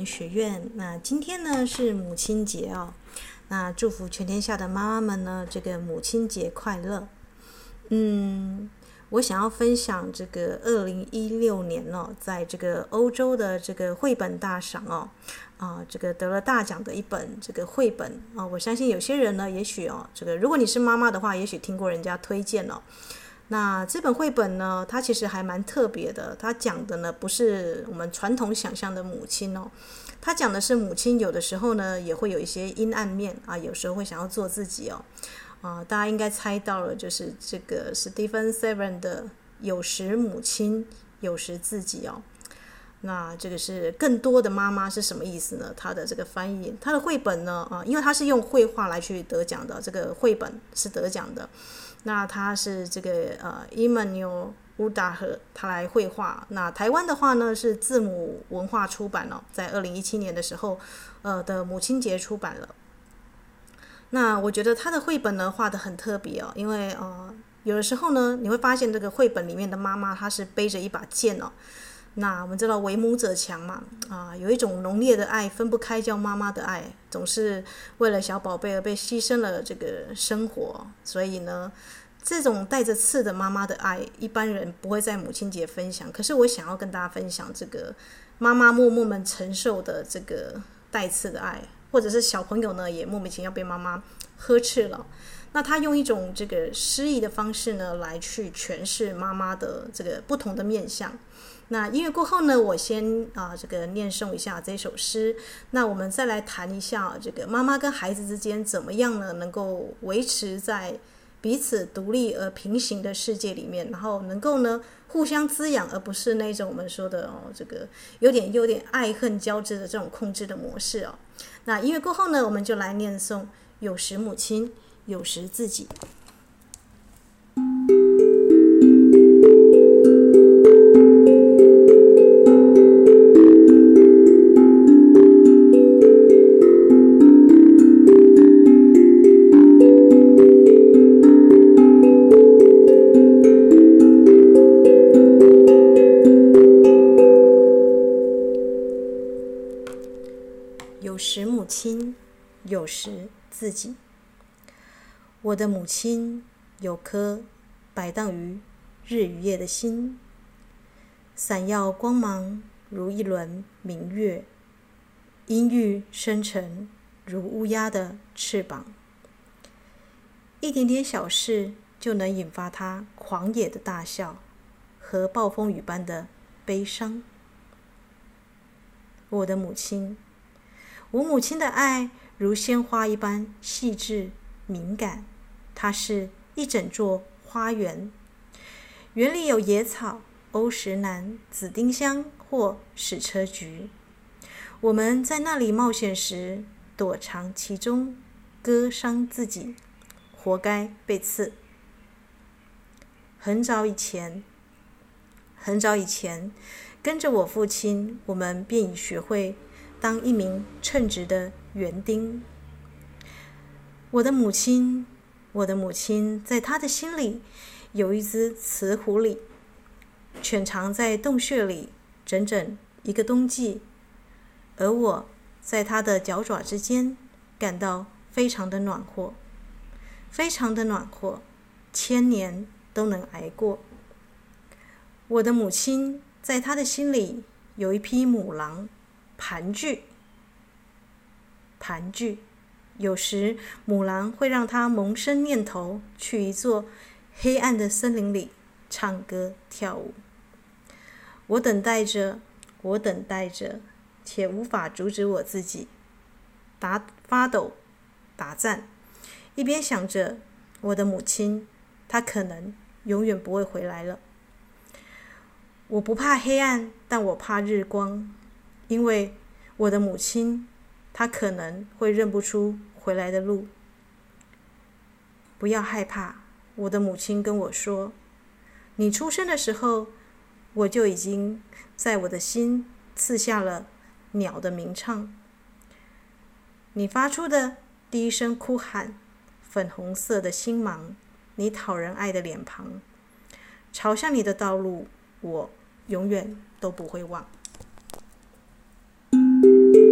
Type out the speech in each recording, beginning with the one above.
学院。那今天呢是母亲节哦，那祝福全天下的妈妈们呢，这个母亲节快乐。我想要分享这个2016年哦，在这个欧洲的这个绘本大赏哦，这个得了大奖的一本这个绘本啊，我相信有些人呢，也许这个如果你是妈妈的话，也许听过人家推荐哦。那这本绘本呢，它其实还蛮特别的，它讲的呢不是我们传统想象的母亲哦，它讲的是母亲有的时候呢也会有一些阴暗面啊，有时候会想要做自己哦。大家应该猜到了，就是这个 Stephen Severin 的有时母亲，有时自己哦。那这个是更多的妈妈是什么意思呢？它的这个翻译，它的绘本呢因为它是用绘画来去得奖的，这个绘本是得奖的。那它是这个Emmanuel Udah 他来绘画。那台湾的话呢是字母文化出版了，在2017年的时候的母亲节出版了。那我觉得他的绘本呢画得很特别哦，因为有的时候呢你会发现这个绘本里面的妈妈她是背着一把剑哦。那我们知道为母者强嘛，有一种浓烈的爱分不开，叫妈妈的爱，总是为了小宝贝而被牺牲了这个生活。所以呢这种带着刺的妈妈的爱，一般人不会在母亲节分享，可是我想要跟大家分享这个妈妈默默们承受的这个带刺的爱，或者是小朋友呢也莫名其妙被妈妈呵斥了。那他用一种这个诗意的方式呢来去诠释妈妈的这个不同的面向。那音乐过后呢，我先这个念诵一下这首诗，那我们再来谈一下这个妈妈跟孩子之间怎么样呢能够维持在彼此独立而平行的世界里面，然后能够呢互相滋养，而不是那种我们说的这个有点爱恨交织的这种控制的模式哦。那音乐过后呢，我们就来念诵有时母亲，有时自己。有时母亲，有时自己。我的母亲有颗摆荡于日与夜的心，闪耀光芒如一轮明月，阴郁深沉如乌鸦的翅膀。一点点小事就能引发它狂野的大笑和暴风雨般的悲伤。我的母亲，我母亲的爱如鲜花一般细致敏感，它是一整座花园，园里有野草、欧石楠、紫丁香或矢车菊。我们在那里冒险时，躲藏其中，割伤自己，活该被刺。很早以前，跟着我父亲，我们便已学会当一名称职的园丁。我的母亲，在她的心里有一只雌狐狸，犬藏在洞穴里整整一个冬季，而我在她的脚爪之间感到非常的暖和，非常的暖和，1000年都能挨过。我的母亲在她的心里有一匹母狼，盘踞。有时母狼会让她萌生念头，去一座黑暗的森林里唱歌跳舞。我等待着，且无法阻止我自己发抖打颤，一边想着我的母亲，她可能永远不会回来了。我不怕黑暗，但我怕日光，因为我的母亲，她可能会认不出回来的路。不要害怕，我的母亲跟我说，你出生的时候，我就已经在我的心刺下了鸟的鸣唱。你发出的第一声哭喊，粉红色的星芒，你讨人爱的脸庞，朝向你的道路，我永远都不会忘。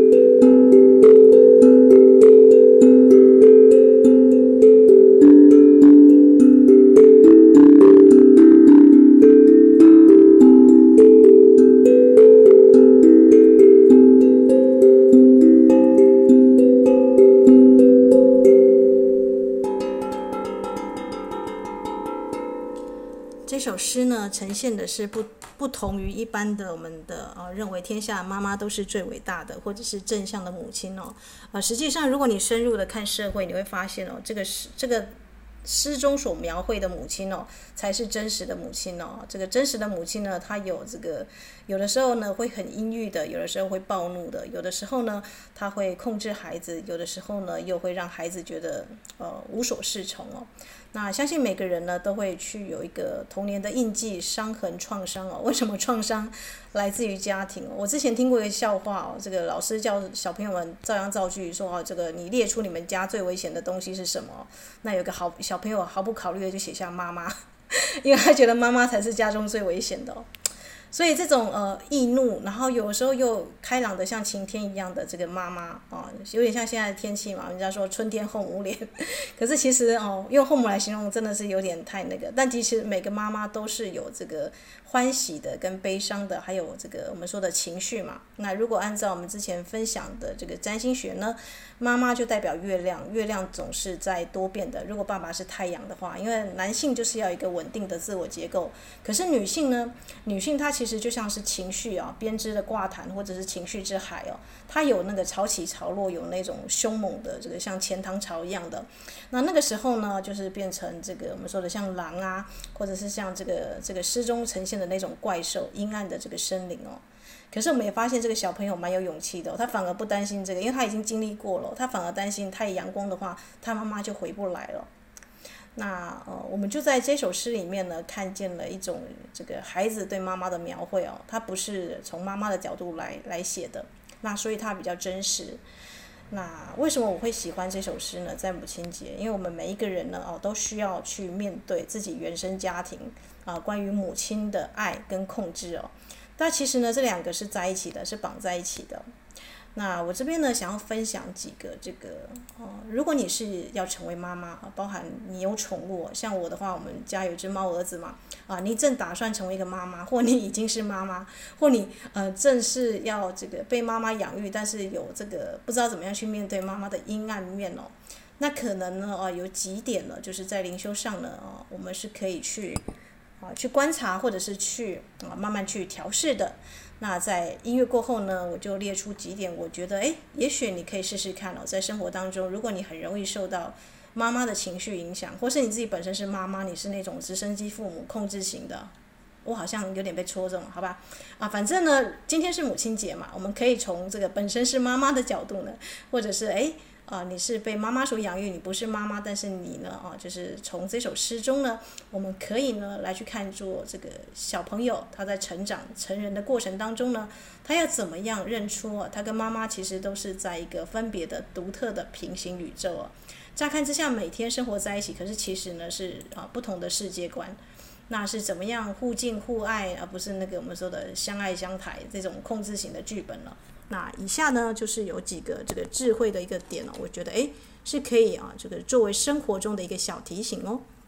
诗呢，呈现的是不同于一般的我们的认为天下妈妈都是最伟大的，或者是正向的母亲哦。实际上，如果你深入的看社会，你会发现哦，这个诗中所描绘的母亲哦，才是真实的母亲哦。这个真实的母亲呢，她有的时候呢会很阴郁的，有的时候会暴怒的，有的时候呢她会控制孩子，有的时候呢又会让孩子觉得无所适从哦。那相信每个人呢都会去有一个童年的印记、伤痕、创伤哦。为什么创伤来自于家庭哦？我之前听过一个笑话哦，这个老师叫小朋友们照样造句说哦，这个你列出你们家最危险的东西是什么？那有个小朋友毫不考虑的就写下妈妈，因为他觉得妈妈才是家中最危险的哦。所以这种易怒，然后有时候又开朗的像晴天一样的这个妈妈有点像现在的天气嘛，人家说春天后母脸，可是其实用后母来形容真的是有点太那个，但其实每个妈妈都是有这个欢喜的跟悲伤的，还有这个我们说的情绪嘛。那如果按照我们之前分享的这个占星学呢，妈妈就代表月亮，月亮总是在多变的。如果爸爸是太阳的话，因为男性就是要一个稳定的自我结构，可是女性呢，女性她其实就像是情绪编织的挂毯或者是情绪之海它有那个潮起潮落，有那种凶猛的这个像钱塘潮一样的。那个时候呢，就是变成这个我们说的像狼啊，或者是像这个诗中呈现的那种怪兽，阴暗的这个森林可是我们也发现这个小朋友蛮有勇气的他反而不担心这个，因为他已经经历过了，他反而担心太阳光的话，他妈妈就回不来了。那我们就在这首诗里面呢，看见了一种这个孩子对妈妈的描绘他不是从妈妈的角度来写的，那所以它比较真实。那为什么我会喜欢这首诗呢？在母亲节，因为我们每一个人呢都需要去面对自己原生家庭关于母亲的爱跟控制但其实呢，这两个是在一起的，是绑在一起的。那我这边呢，想要分享几个这个如果你是要成为妈妈包含你有宠物像我的话，我们家有一只猫儿子嘛你正打算成为一个妈妈，或你已经是妈妈，或你正是要这个被妈妈养育，但是有这个不知道怎么样去面对妈妈的阴暗面那可能呢有几点呢，就是在灵修上呢我们是可以去观察，或者是去慢慢去调试的。那在音乐过后呢，我就列出几点，我觉得也许你可以试试看在生活当中，如果你很容易受到妈妈的情绪影响，或是你自己本身是妈妈，你是那种直升机父母控制型的，我好像有点被戳中了，好吧反正呢今天是母亲节嘛，我们可以从这个本身是妈妈的角度呢，或者是你是被妈妈所养育，你不是妈妈，但是你呢就是从这首诗中呢，我们可以呢来去看作这个小朋友他在成长成人的过程当中呢，他要怎么样认出他跟妈妈其实都是在一个分别的独特的平行宇宙乍看之下每天生活在一起，可是其实呢是不同的世界观。那是怎么样互敬互爱，而不是那个我们说的相爱相抬这种控制型的剧本了。那以下呢就是有几个这个智慧的一个点我觉得是可以这个作为生活中的一个小提醒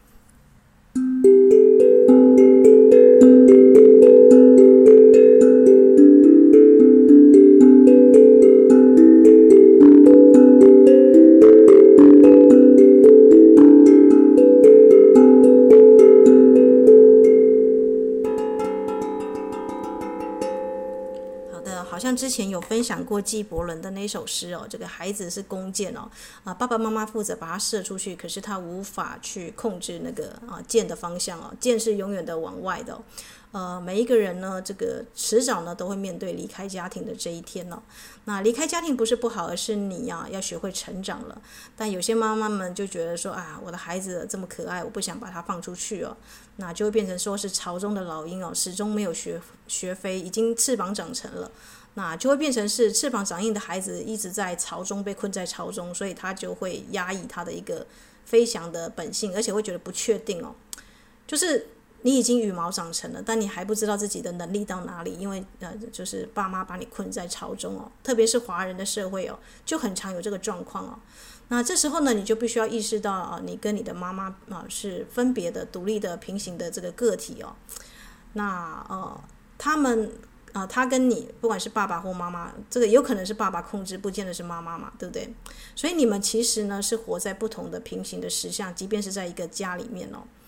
之前有分享过纪伯伦的那首诗这个孩子是弓箭爸爸妈妈负责把它射出去，可是他无法去控制那个箭的方向箭是永远的往外的每一个人呢，这个迟早呢都会面对离开家庭的这一天那离开家庭不是不好，而是你要学会成长了。但有些妈妈们就觉得说我的孩子这么可爱，我不想把他放出去那就会变成说是巢中的老鹰始终没有学飞，已经翅膀长成了。那就会变成是翅膀长硬的孩子一直在巢中被困在巢中，所以他就会压抑他的一个飞翔的本性，而且会觉得不确定就是你已经羽毛长成了，但你还不知道自己的能力到哪里，因为就是爸妈把你困在巢中特别是华人的社会就很常有这个状况那这时候呢，你就必须要意识到你跟你的妈妈是分别的、独立的、平行的这个个体那他们他跟你不管是爸爸或妈妈，这个有可能是爸爸控制，不见得是妈妈嘛，对不对？所以你们其实呢是活在不同的平行的实相，即便是在一个家里面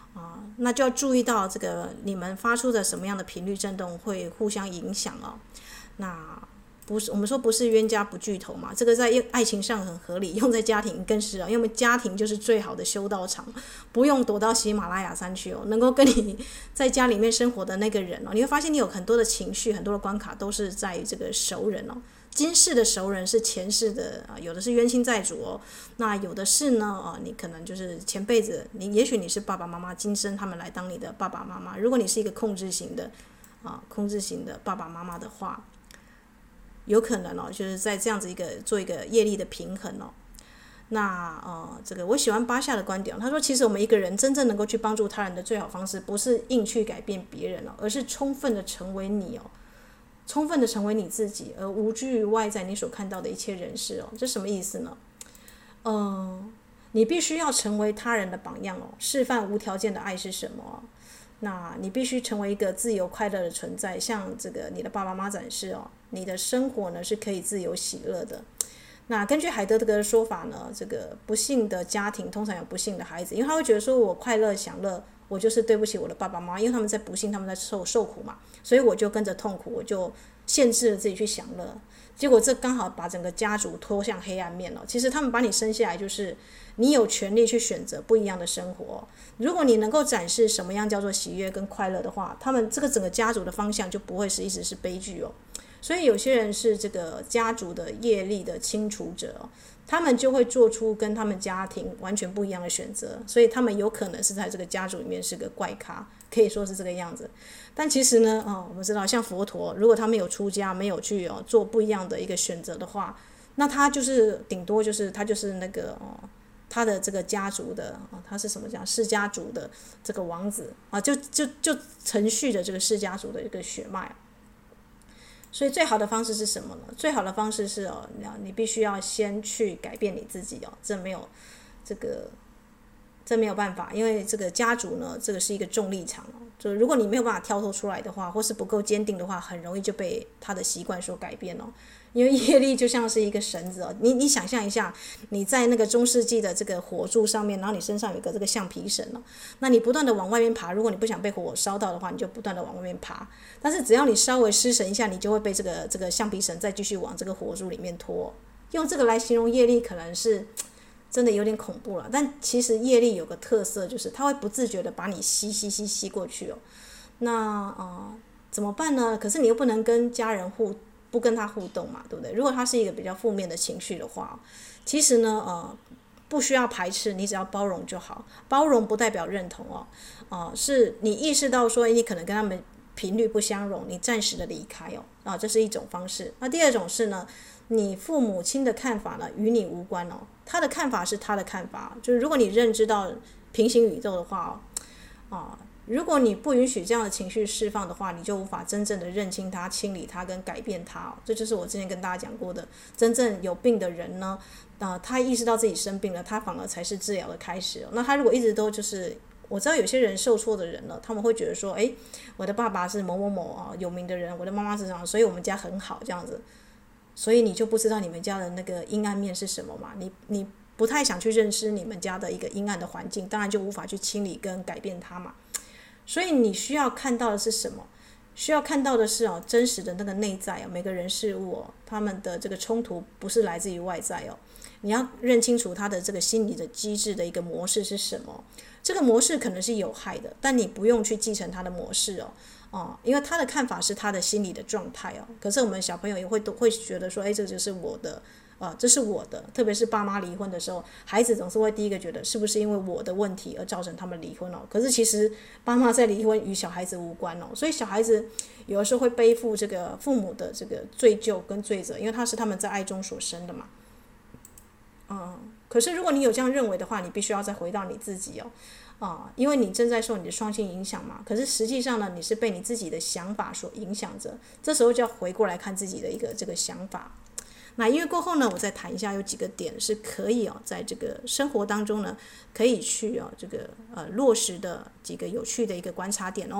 那就要注意到这个你们发出的什么样的频率振动会互相影响那不是我们说不是冤家不聚头嘛，这个在爱情上很合理，用在家庭更是因为家庭就是最好的修道场，不用躲到喜马拉雅山去能够跟你在家里面生活的那个人你会发现你有很多的情绪，很多的关卡都是在于这个熟人今世的熟人是前世的有的是冤亲债主那有的是呢你可能就是前辈子，也许你是爸爸妈妈，今生他们来当你的爸爸妈妈。如果你是一个控制型的爸爸妈妈的话，有可能就是在这样子做一个业力的平衡那这个我喜欢巴夏的观点他说其实我们一个人真正能够去帮助他人的最好方式，不是硬去改变别人而是充分的成为你充分的成为你自己，而无惧于外在你所看到的一切人事这什么意思呢？你必须要成为他人的榜样示范无条件的爱是什么那你必须成为一个自由快乐的存在，向这个你的爸爸妈妈展示你的生活呢是可以自由喜乐的。那根据海德格的说法呢，这个不幸的家庭通常有不幸的孩子，因为他会觉得说我快乐享乐，我就是对不起我的爸爸妈妈，因为他们在不幸，他们在受苦嘛，所以我就跟着痛苦，我就限制了自己去享乐，结果这刚好把整个家族拖向黑暗面其实他们把你生下来就是你有权利去选择不一样的生活如果你能够展示什么样叫做喜悦跟快乐的话，他们这个整个家族的方向就不会是一直是悲剧所以有些人是这个家族的业力的清除者他们就会做出跟他们家庭完全不一样的选择，所以他们有可能是在这个家族里面是个怪咖，可以说是这个样子。但其实呢我们知道像佛陀，如果他没有出家，没有去做不一样的一个选择的话，那他就是顶多就是他就是那个他的这个家族的他是什么讲释家族的这个王子就承续着这个释家族的一个血脉。所以最好的方式是什么呢？最好的方式是你必须要先去改变你自己这没有办法，因为这个家族呢，这个是一个重力场就如果你没有办法跳脱出来的话，或是不够坚定的话，很容易就被他的习惯所改变因为业力就像是一个绳子你想象一下，你在那个中世纪的这个火柱上面，然后你身上有一个这个橡皮绳那你不断的往外面爬，如果你不想被火烧到的话，你就不断的往外面爬，但是只要你稍微失神一下，你就会被这个橡皮绳再继续往这个火柱里面拖。用这个来形容业力可能是真的有点恐怖了，但其实业力有个特色，就是它会不自觉的把你吸过去那怎么办呢？可是你又不能跟家人不跟他互动嘛，对不对？如果他是一个比较负面的情绪的话，其实呢不需要排斥，你只要包容就好。包容不代表认同是你意识到说你可能跟他们频率不相容，你暂时的离开这是一种方式。那第二种是呢，你父母亲的看法呢与你无关他的看法是他的看法，就是如果你认知到平行宇宙的话如果你不允许这样的情绪释放的话，你就无法真正的认清它、清理它跟改变它这就是我之前跟大家讲过的，真正有病的人呢他意识到自己生病了，他反而才是治疗的开始那他如果一直都就是我知道有些人受挫的人呢，他们会觉得说我的爸爸是某某某有名的人，我的妈妈是这样，所以我们家很好这样子，所以你就不知道你们家的那个阴暗面是什么嘛，你不太想去认识你们家的一个阴暗的环境，当然就无法去清理跟改变它嘛。所以你需要看到的是什么？需要看到的是真实的那个内在每个人事物他们的这个冲突不是来自于外在你要认清楚他的这个心理的机制的一个模式是什么。这个模式可能是有害的，但你不用去继承他的模式因为他的看法是他的心理的状态可是我们小朋友也会觉得说这就是我的这是我的，特别是爸妈离婚的时候，孩子总是会第一个觉得是不是因为我的问题而造成他们离婚可是其实爸妈在离婚与小孩子无关所以小孩子有的时候会背负这个父母的这个罪疚跟罪责，因为他是他们在爱中所生的嘛可是如果你有这样认为的话，你必须要再回到你自己因为你正在受你的双性影响嘛，可是实际上呢，你是被你自己的想法所影响着，这时候就要回过来看自己的一个这个想法。那音乐过后呢，我再谈一下有几个点是可以在这个生活当中呢，可以去这个落实的几个有趣的一个观察点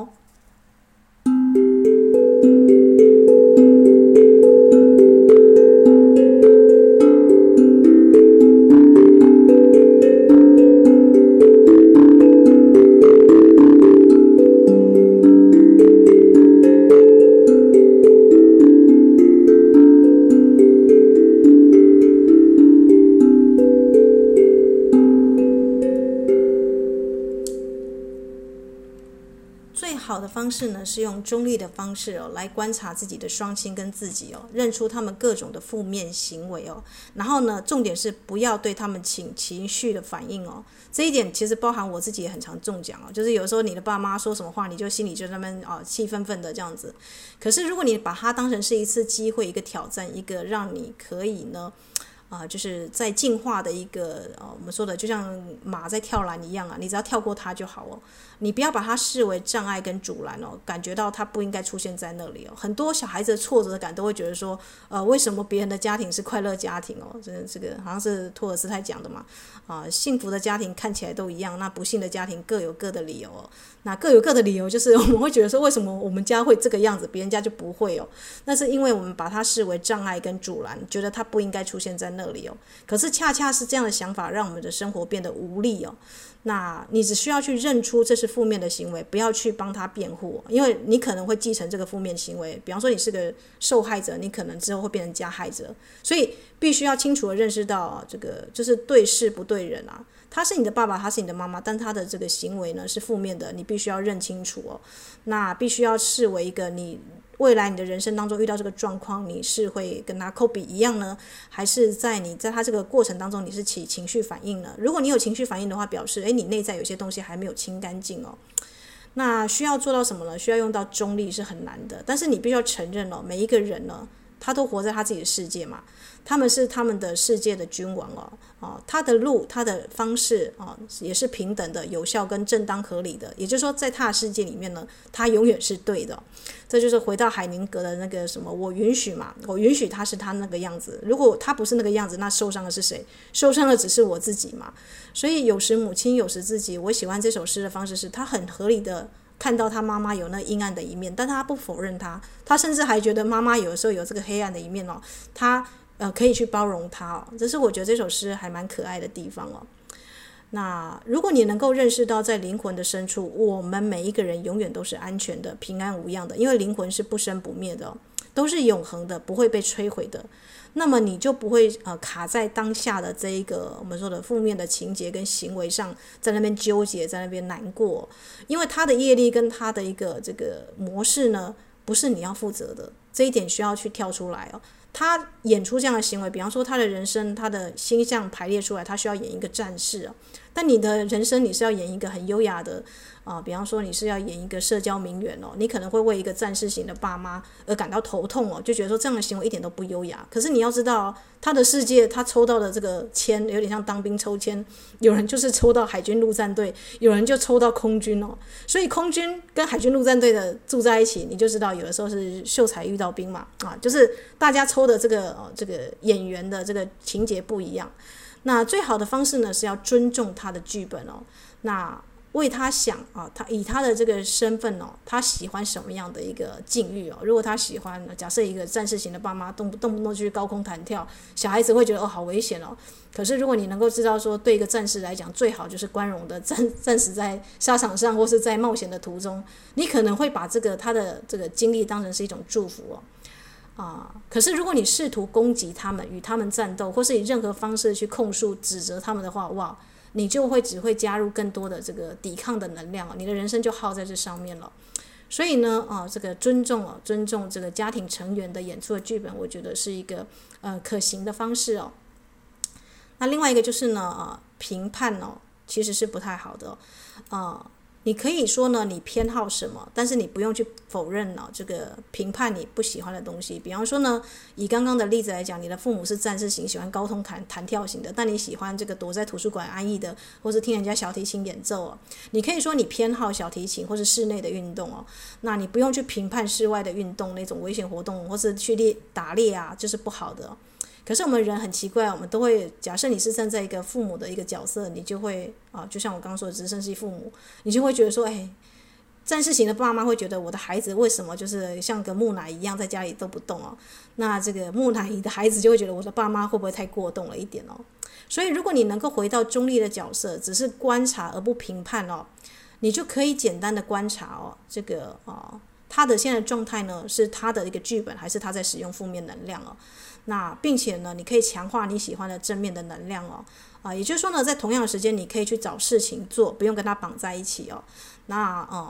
方式呢，是用中立的方式来观察自己的双亲跟自己认出他们各种的负面行为然后呢，重点是不要对他们情绪的反应这一点其实包含我自己也很常中奖就是有时候你的爸妈说什么话，你就心里就那么气愤愤的这样子。可是如果你把它当成是一次机会，一个挑战，一个让你可以呢就是在进化的一个我们说的就像马在跳栏一样你只要跳过它就好你不要把它视为障碍跟阻拦感觉到它不应该出现在那里很多小孩子的挫折感都会觉得说为什么别人的家庭是快乐家庭这个好像是托尔斯泰讲的嘛幸福的家庭看起来都一样，那不幸的家庭各有各的理由那各有各的理由就是我们会觉得说为什么我们家会这个样子，别人家就不会那是因为我们把它视为障碍跟阻拦，觉得它不应该出现在那里可是恰恰是这样的想法让我们的生活变得无力那你只需要去认出这是负面的行为，不要去帮他辩护因为你可能会继承这个负面行为，比方说你是个受害者，你可能之后会变成加害者，所以必须要清楚的认识到这个就是对事不对人他是你的爸爸，他是你的妈妈，但他的这个行为呢是负面的，你必须要认清楚那必须要视为一个你未来你的人生当中遇到这个状况，你是会跟他扣比一样呢，还是在他这个过程当中你是起情绪反应呢？如果你有情绪反应的话，表示你内在有些东西还没有清干净那需要做到什么呢？需要用到中立是很难的，但是你必须要承认每一个人呢他都活在他自己的世界嘛，他们是他们的世界的君王他的路他的方式也是平等的、有效跟正当合理的，也就是说在他的世界里面呢，他永远是对的这就是回到海宁格的那个什么我允许嘛，我允许他是他那个样子，如果他不是那个样子，那受伤的是谁？受伤的只是我自己嘛。所以有时母亲有时自己，我喜欢这首诗的方式是他很合理的看到他妈妈有那阴暗的一面，但他不否认他甚至还觉得妈妈有的时候有这个黑暗的一面他可以去包容他这是我觉得这首诗还蛮可爱的地方那如果你能够认识到在灵魂的深处，我们每一个人永远都是安全的、平安无恙的，因为灵魂是不生不灭的都是永恒的，不会被摧毁的，那么你就不会卡在当下的这一个我们说的负面的情节跟行为上，在那边纠结，在那边难过，因为他的业力跟他的一个这个模式呢，不是你要负责的，这一点需要去跳出来他演出这样的行为，比方说他的人生他的星象排列出来，他需要演一个战士但你的人生你是要演一个很优雅的比方说你是要演一个社交名媛你可能会为一个战士型的爸妈而感到头痛就觉得说这样的行为一点都不优雅。可是你要知道他的世界他抽到的这个签有点像当兵抽签，有人就是抽到海军陆战队，有人就抽到空军所以空军跟海军陆战队的住在一起，你就知道有的时候是秀才遇到兵嘛就是大家抽的这个演员的这个情节不一样。那最好的方式呢是要尊重他的剧本那为他想他以他的这个身份他喜欢什么样的一个境遇如果他喜欢假设一个战士型的爸妈动不动去高空弹跳，小孩子会觉得好危险可是如果你能够知道说对一个战士来讲最好就是光荣的战死在沙场上或是在冒险的途中，你可能会把他的这个经历当成是一种祝福可是如果你试图攻击他们，与他们战斗，或是以任何方式去控诉指责他们的话，哇，你就只会加入更多的这个抵抗的能量你的人生就耗在这上面了。所以呢这个尊重这个家庭成员的演出的剧本，我觉得是一个可行的方式那另外一个就是呢评判其实是不太好的你可以说呢你偏好什么，但是你不用去否认这个评判你不喜欢的东西。比方说呢，以刚刚的例子来讲，你的父母是战士型，喜欢高空弹跳型的，但你喜欢这个躲在图书馆安逸的，或是听人家小提琴演奏你可以说你偏好小提琴或是室内的运动那你不用去评判室外的运动那种危险活动，或是去打猎就是不好的可是我们人很奇怪，我们都会假设你是站在一个父母的一个角色，你就会就像我刚刚说的直升机父母，你就会觉得说战士型的爸妈会觉得我的孩子为什么就是像个木乃伊一样在家里都不动那这个木乃伊的孩子就会觉得我的爸妈会不会太过动了一点所以如果你能够回到中立的角色，只是观察而不评判你就可以简单的观察这个他的现在的状态呢是他的一个剧本，还是他在使用负面能量那并且呢你可以强化你喜欢的正面的能量也就是说呢在同样的时间你可以去找事情做，不用跟他绑在一起那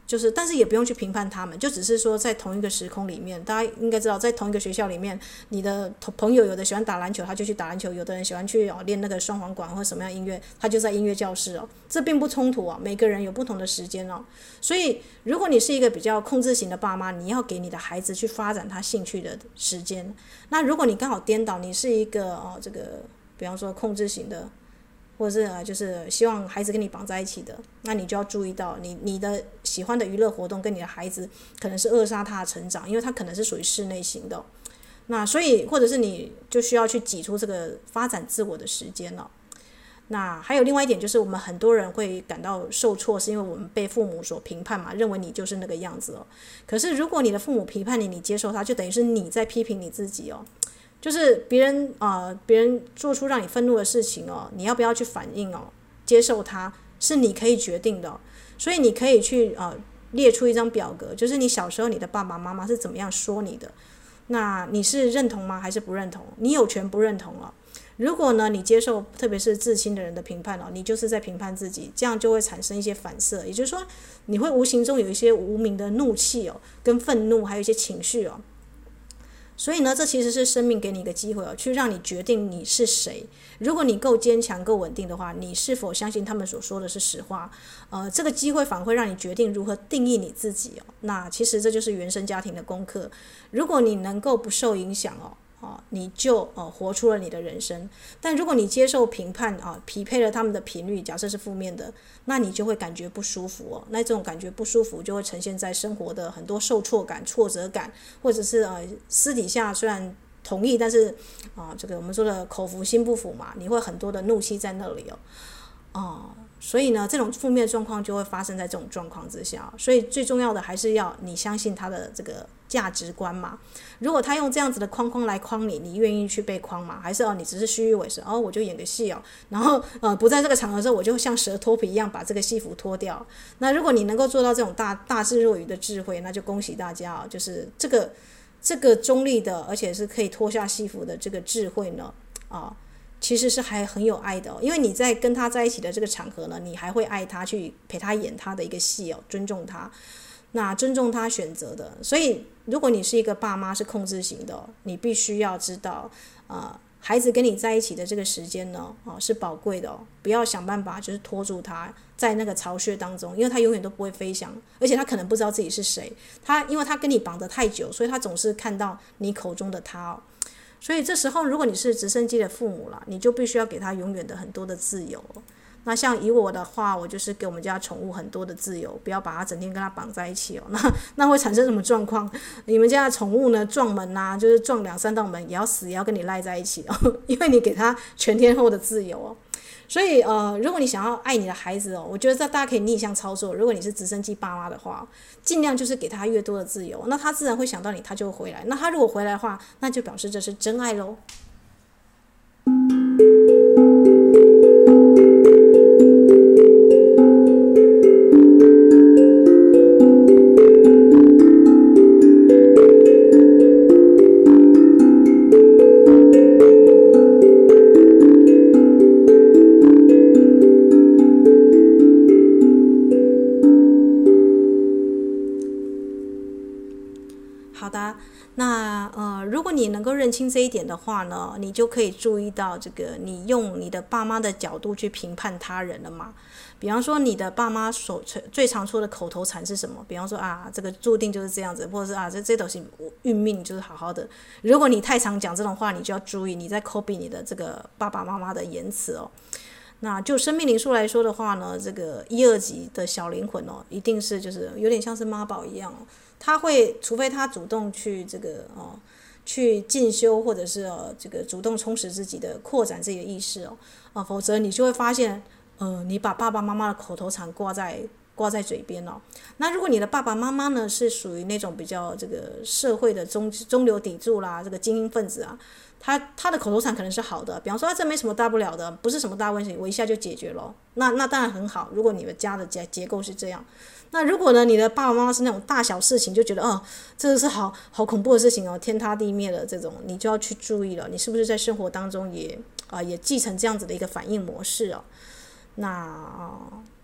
就是但是也不用去评判他们，就只是说在同一个时空里面，大家应该知道，在同一个学校里面，你的朋友有的喜欢打篮球，他就去打篮球；有的人喜欢去练那个双簧管或什么样音乐，他就在音乐教室这并不冲突每个人有不同的时间所以如果你是一个比较控制型的爸妈，你要给你的孩子去发展他兴趣的时间。那如果你刚好颠倒，你是一个这个比方说控制型的，或者是就是希望孩子跟你绑在一起的，那你就要注意到你的喜欢的娱乐活动跟你的孩子可能是扼杀他的成长，因为他可能是属于室内型的。那所以或者是你就需要去挤出这个发展自我的时间了。那还有另外一点就是我们很多人会感到受挫，是因为我们被父母所评判嘛，认为你就是那个样子可是如果你的父母批判你，你接受他，就等于是你在批评你自己就是别人做出让你愤怒的事情你要不要去反应接受它是你可以决定的所以你可以去列出一张表格，就是你小时候你的爸爸妈妈是怎么样说你的，那你是认同吗？还是不认同？你有权不认同如果呢你接受特别是至亲的人的评判你就是在评判自己，这样就会产生一些反射，也就是说你会无形中有一些无名的怒气跟愤怒，还有一些情绪所以呢这其实是生命给你一个机会去让你决定你是谁。如果你够坚强够稳定的话，你是否相信他们所说的是实话这个机会反而会让你决定如何定义你自己那其实这就是原生家庭的功课。如果你能够不受影响你就活出了你的人生。但如果你接受评判匹配了他们的频率，假设是负面的，那你就会感觉不舒服那这种感觉不舒服就会呈现在生活的很多受挫感、挫折感，或者是私底下虽然同意，但是这个我们说的口服心不服嘛，你会很多的怒气在那里所以呢这种负面状况就会发生在这种状况之下。所以最重要的还是要你相信他的这个价值观嘛。如果他用这样子的框框来框你，你愿意去被框吗？还是你只是虚与委蛇我就演个戏然后不在这个场合的时候我就像蛇脱皮一样把这个戏服脱掉。那如果你能够做到这种大智若愚的智慧，那就恭喜大家就是这个中立的而且是可以脱下戏服的这个智慧呢其实是还很有爱的因为你在跟他在一起的这个场合呢，你还会爱他，去陪他演他的一个戏尊重他，那尊重他选择的。所以如果你是一个爸妈是控制型的你必须要知道孩子跟你在一起的这个时间呢是宝贵的不要想办法就是拖住他在那个巢穴当中，因为他永远都不会飞翔，而且他可能不知道自己是谁，因为他跟你绑得太久，所以他总是看到你口中的他所以这时候如果你是直升机的父母了，你就必须要给他永远的很多的自由那像以我的话，我就是给我们家宠物很多的自由，不要把它整天跟它绑在一起那会产生什么状况？你们家的宠物呢撞门就是撞2-3道门也要死也要跟你赖在一起因为你给它全天候的自由所以如果你想要爱你的孩子我觉得大家可以逆向操作。如果你是直升机爸妈的话，尽量就是给他越多的自由，那他自然会想到你，他就会回来。那他如果回来的话，那就表示这是真爱咯。好的，那如果你能够认清这一点的话呢，你就可以注意到这个你用你的爸妈的角度去评判他人了嘛。比方说你的爸妈最常说的口头禅是什么？比方说这个注定就是这样子，或者是这都是运命，就是好好的。如果你太常讲这种话，你就要注意你在 copy 你的这个爸爸妈妈的言辞那就生命灵数来说的话呢，这个1、2级的小灵魂一定是就是有点像是妈宝一样他会除非他主动去这个去进修，或者是这个主动充实自己的扩展自己的意识否则你就会发现你把爸爸妈妈的口头禅挂在嘴边那如果你的爸爸妈妈呢是属于那种比较这个社会的中流砥柱啦，这个精英分子他的口头禅可能是好的，比方说这没什么大不了的，不是什么大问题，我一下就解决了那当然很好，如果你们家的结构是这样。那如果呢你的爸爸妈妈是那种大小事情就觉得这个是好恐怖的事情天塌地灭的这种，你就要去注意了，你是不是在生活当中也继承这样子的一个反应模式那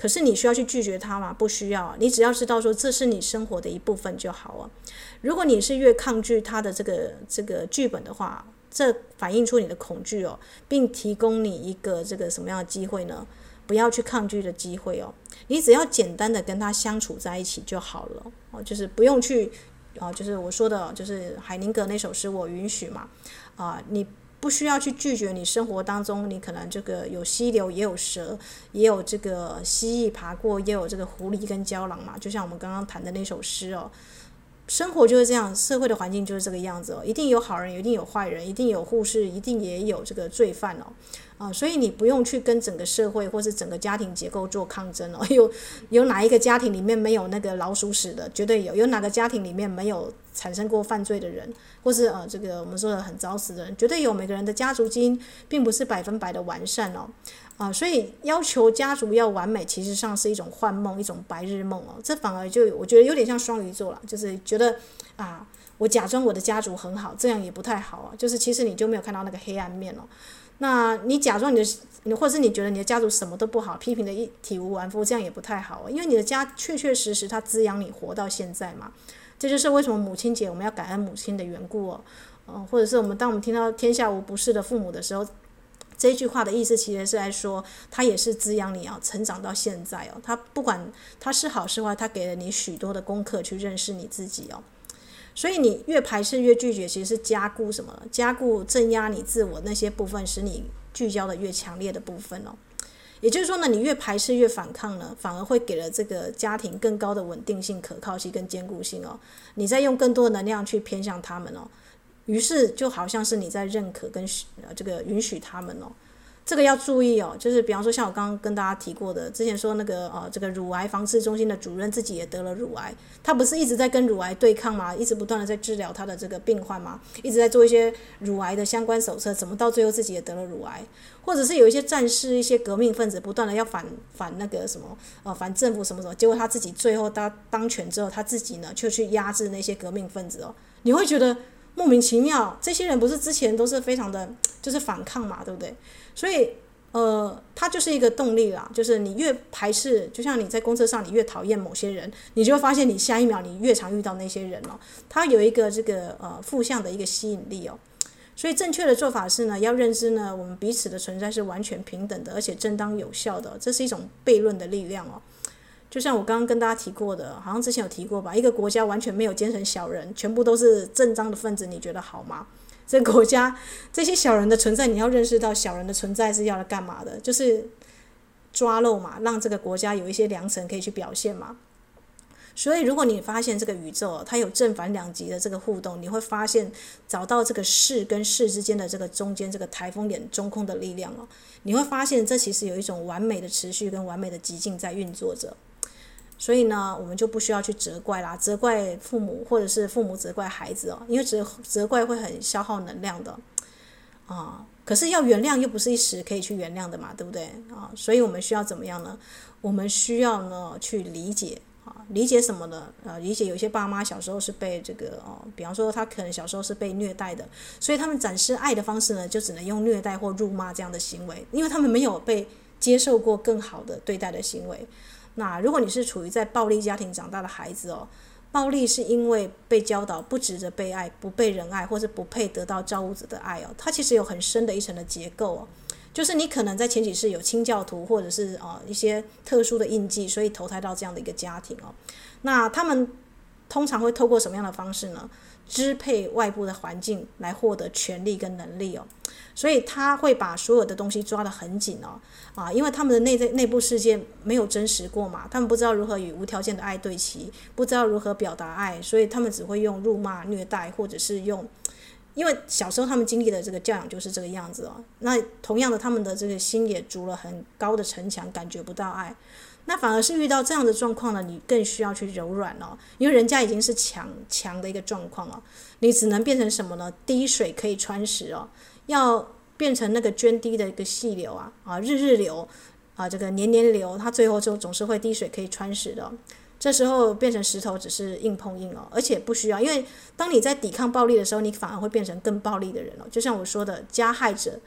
可是你需要去拒绝它吗？不需要，你只要知道说这是你生活的一部分就好了。如果你是越抗拒它的这个剧本的话，这反映出你的恐惧并提供你一个这个什么样的机会呢？不要去抗拒的机会你只要简单的跟他相处在一起就好了就是不用去就是我说的就是海宁格那首诗我允许嘛你不需要去拒绝你生活当中你可能这个有溪流也有蛇也有这个蜥蜴爬过也有这个狐狸跟郊狼嘛，就像我们刚刚谈的那首诗生活就是这样，社会的环境就是这个样子一定有好人，一定有坏人，一定有护士，一定也有这个罪犯所以你不用去跟整个社会或是整个家庭结构做抗争有哪一个家庭里面没有那个老鼠屎的？绝对有哪个家庭里面没有产生过犯罪的人，或是这个我们说的很早死的人？绝对有。每个人的家族基因并不是100%的完善所以要求家族要完美，其实上是一种幻梦，一种白日梦这反而就我觉得有点像双鱼座了，就是觉得我假装我的家族很好，这样也不太好就是其实你就没有看到那个黑暗面那你假装或者是你觉得你的家族什么都不好，批评的一体无完肤，这样也不太好因为你的家确确实实它滋养你活到现在嘛。这就是为什么母亲节我们要感恩母亲的缘故或者是当我们听到天下无不是的父母的时候，这句话的意思其实是在说他也是滋养你成长到现在他不管他是好是坏，他给了你许多的功课去认识你自己所以你越排斥越拒绝，其实是加固什么呢？加固镇压你自我那些部分，使你聚焦的越强烈的部分也就是说呢，你越排斥越反抗呢，反而会给了这个家庭更高的稳定性、可靠性跟坚固性你再用更多的能量去偏向他们于是就好像是你在认可跟这个允许他们这个要注意就是比方说像我刚刚跟大家提过的，之前说那个这个乳癌防治中心的主任自己也得了乳癌，他不是一直在跟乳癌对抗吗？一直不断的在治疗他的这个病患吗？一直在做一些乳癌的相关手册，怎么到最后自己也得了乳癌？或者是有一些战士、一些革命分子不断的要反那个什么反政府什么什么，结果他自己最后当权之后，他自己呢就去压制那些革命分子你会觉得莫名其妙，这些人不是之前都是非常的就是反抗嘛，对不对？所以它就是一个动力啦，就是你越排斥，就像你在公车上你越讨厌某些人，你就会发现你下一秒你越常遇到那些人它有一个这个负向的一个吸引力所以正确的做法是呢，要认知呢我们彼此的存在是完全平等的，而且正当有效的这是一种悖论的力量就像我刚刚跟大家提过的，好像之前有提过吧，一个国家完全没有奸臣小人，全部都是正当的分子，你觉得好吗？这个国家这些小人的存在，你要认识到小人的存在是要来干嘛的，就是抓漏嘛，让这个国家有一些良辰可以去表现嘛。所以如果你发现这个宇宙它有正反两极的这个互动，你会发现找到这个势跟势之间的这个中间这个台风眼中空的力量你会发现这其实有一种完美的持续跟完美的极境在运作着。所以呢，我们就不需要去责怪啦，责怪父母或者是父母责怪孩子因为责怪会很消耗能量的可是要原谅又不是一时可以去原谅的嘛，对不对所以我们需要怎么样呢？我们需要呢去理解理解什么呢？理解有些爸妈小时候是被这个比方说他可能小时候是被虐待的，所以他们展示爱的方式呢，就只能用虐待或辱骂这样的行为，因为他们没有被接受过更好的对待的行为。那如果你是处于在暴力家庭长大的孩子暴力是因为被教导不值得被爱、不被人爱，或是不配得到造物者的爱它其实有很深的一层的结构就是你可能在前几世有清教徒或者是一些特殊的印记，所以投胎到这样的一个家庭那他们通常会透过什么样的方式呢？支配外部的环境来获得权力跟能力所以他会把所有的东西抓得很紧因为他们的内部世界没有真实过嘛，他们不知道如何与无条件的爱对齐，不知道如何表达爱，所以他们只会用辱骂、虐待，或者是因为小时候他们经历的这个教养就是这个样子那同样的他们的这个心也筑了很高的城墙，感觉不到爱。那反而是遇到这样的状况呢，你更需要去柔软因为人家已经是强的一个状况你只能变成什么呢？滴水可以穿石要变成那个涓滴的一个细流日流这个年流，它最后就总是会滴水可以穿石的这时候变成石头只是硬碰硬而且不需要，因为当你在抵抗暴力的时候，你反而会变成更暴力的人就像我说的，加害者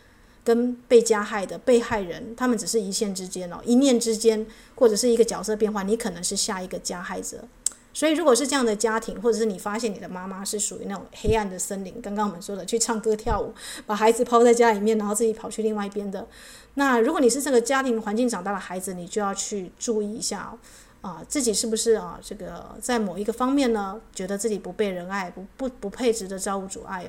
跟被加害的被害人，他们只是一线之间一念之间，或者是一个角色变化，你可能是下一个加害者。所以如果是这样的家庭，或者是你发现你的妈妈是属于那种黑暗的森林，刚刚我们说的去唱歌跳舞，把孩子抛在家里面，然后自己跑去另外一边的，那如果你是这个家庭环境长大的孩子，你就要去注意一下自己是不是这个在某一个方面呢，觉得自己不被人爱，不配值得造物主爱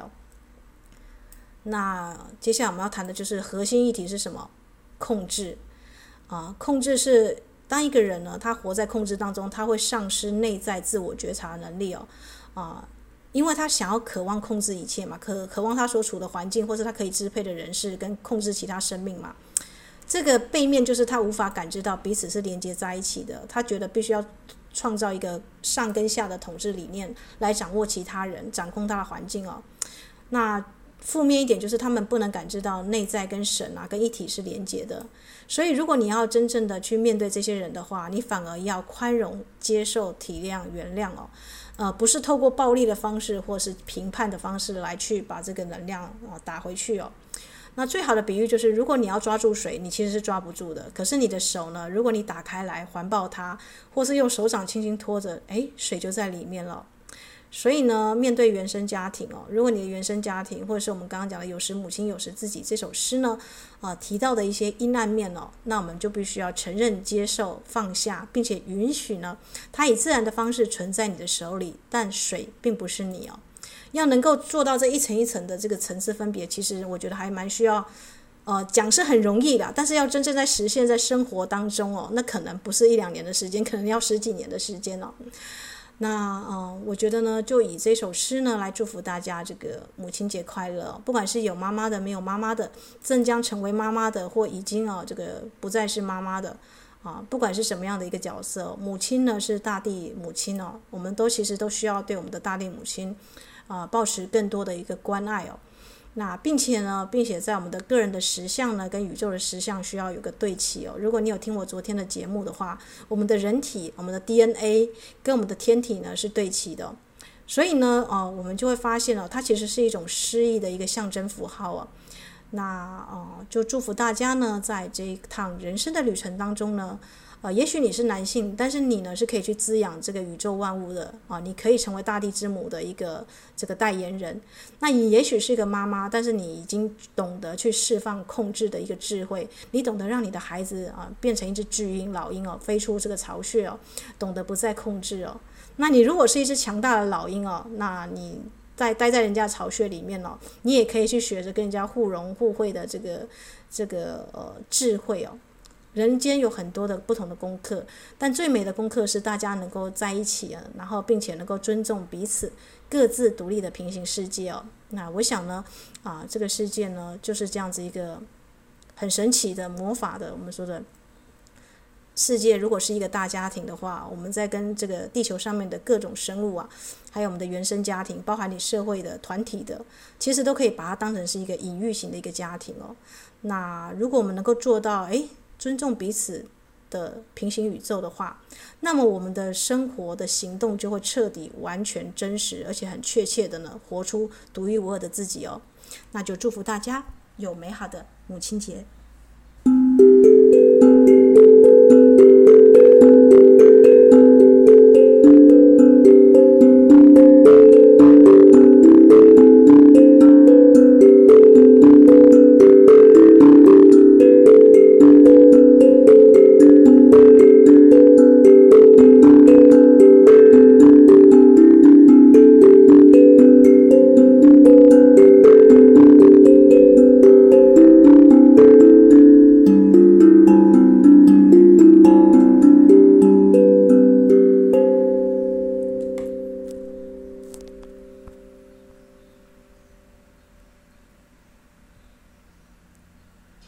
那接下来我们要谈的就是核心议题是什么？控制控制是当一个人呢，他活在控制当中，他会丧失内在自我觉察能力因为他想要渴望控制一切嘛，渴望他所处的环境，或是他可以支配的人事跟控制其他生命嘛。这个背面就是他无法感知到彼此是连接在一起的，他觉得必须要创造一个上跟下的统治理念来掌握其他人，掌控他的环境那负面一点就是他们不能感知到内在跟神跟一体是连结的。所以如果你要真正的去面对这些人的话，你反而要宽容、接受、体谅、原谅不是透过暴力的方式或是评判的方式来去把这个能量打回去那最好的比喻就是，如果你要抓住水，你其实是抓不住的，可是你的手呢，如果你打开来环抱它，或是用手掌轻轻拖着，水就在里面了。所以呢，面对原生家庭如果你的原生家庭，或者是我们刚刚讲的有时母亲有时自己这首诗呢提到的一些阴暗面那我们就必须要承认、接受、放下，并且允许呢它以自然的方式存在你的手里，但水并不是你要能够做到这一层一层的这个层次分别，其实我觉得还蛮需要讲是很容易的，但是要真正在实现在生活当中那可能不是1-2年的时间，可能要10几年的时间那我觉得呢，就以这首诗呢来祝福大家这个母亲节快乐不管是有妈妈的、没有妈妈的，正将成为妈妈的，或已经这个不再是妈妈的不管是什么样的一个角色，母亲呢是大地母亲我们其实都需要对我们的大地母亲抱持更多的一个关爱那并且在我们的个人的实相呢，跟宇宙的实相需要有个对齐如果你有听我昨天的节目的话，我们的人体、我们的 DNA 跟我们的天体呢是对齐的，所以呢我们就会发现它其实是一种诗意的一个象征符号那就祝福大家呢，在这一趟人生的旅程当中呢也许你是男性，但是你呢是可以去滋养这个宇宙万物的你可以成为大地之母的一个这个代言人。那你也许是一个妈妈，但是你已经懂得去释放控制的一个智慧，你懂得让你的孩子变成一只巨鹰、老鹰飞出这个巢穴懂得不再控制那你如果是一只强大的老鹰那你待在人家巢穴里面你也可以去学着跟人家互融互惠的这个智慧人间有很多的不同的功课，但最美的功课是大家能够在一起然后并且能够尊重彼此各自独立的平行世界那我想呢这个世界呢就是这样子一个很神奇的魔法的我们说的世界。如果是一个大家庭的话，我们在跟这个地球上面的各种生物还有我们的原生家庭，包含你社会的团体的，其实都可以把它当成是一个隐喻型的一个家庭那如果我们能够做到尊重彼此的平行宇宙的话，那么我们的生活的行动就会彻底完全真实，而且很确切的呢活出独一无二的自己那就祝福大家有美好的母亲节。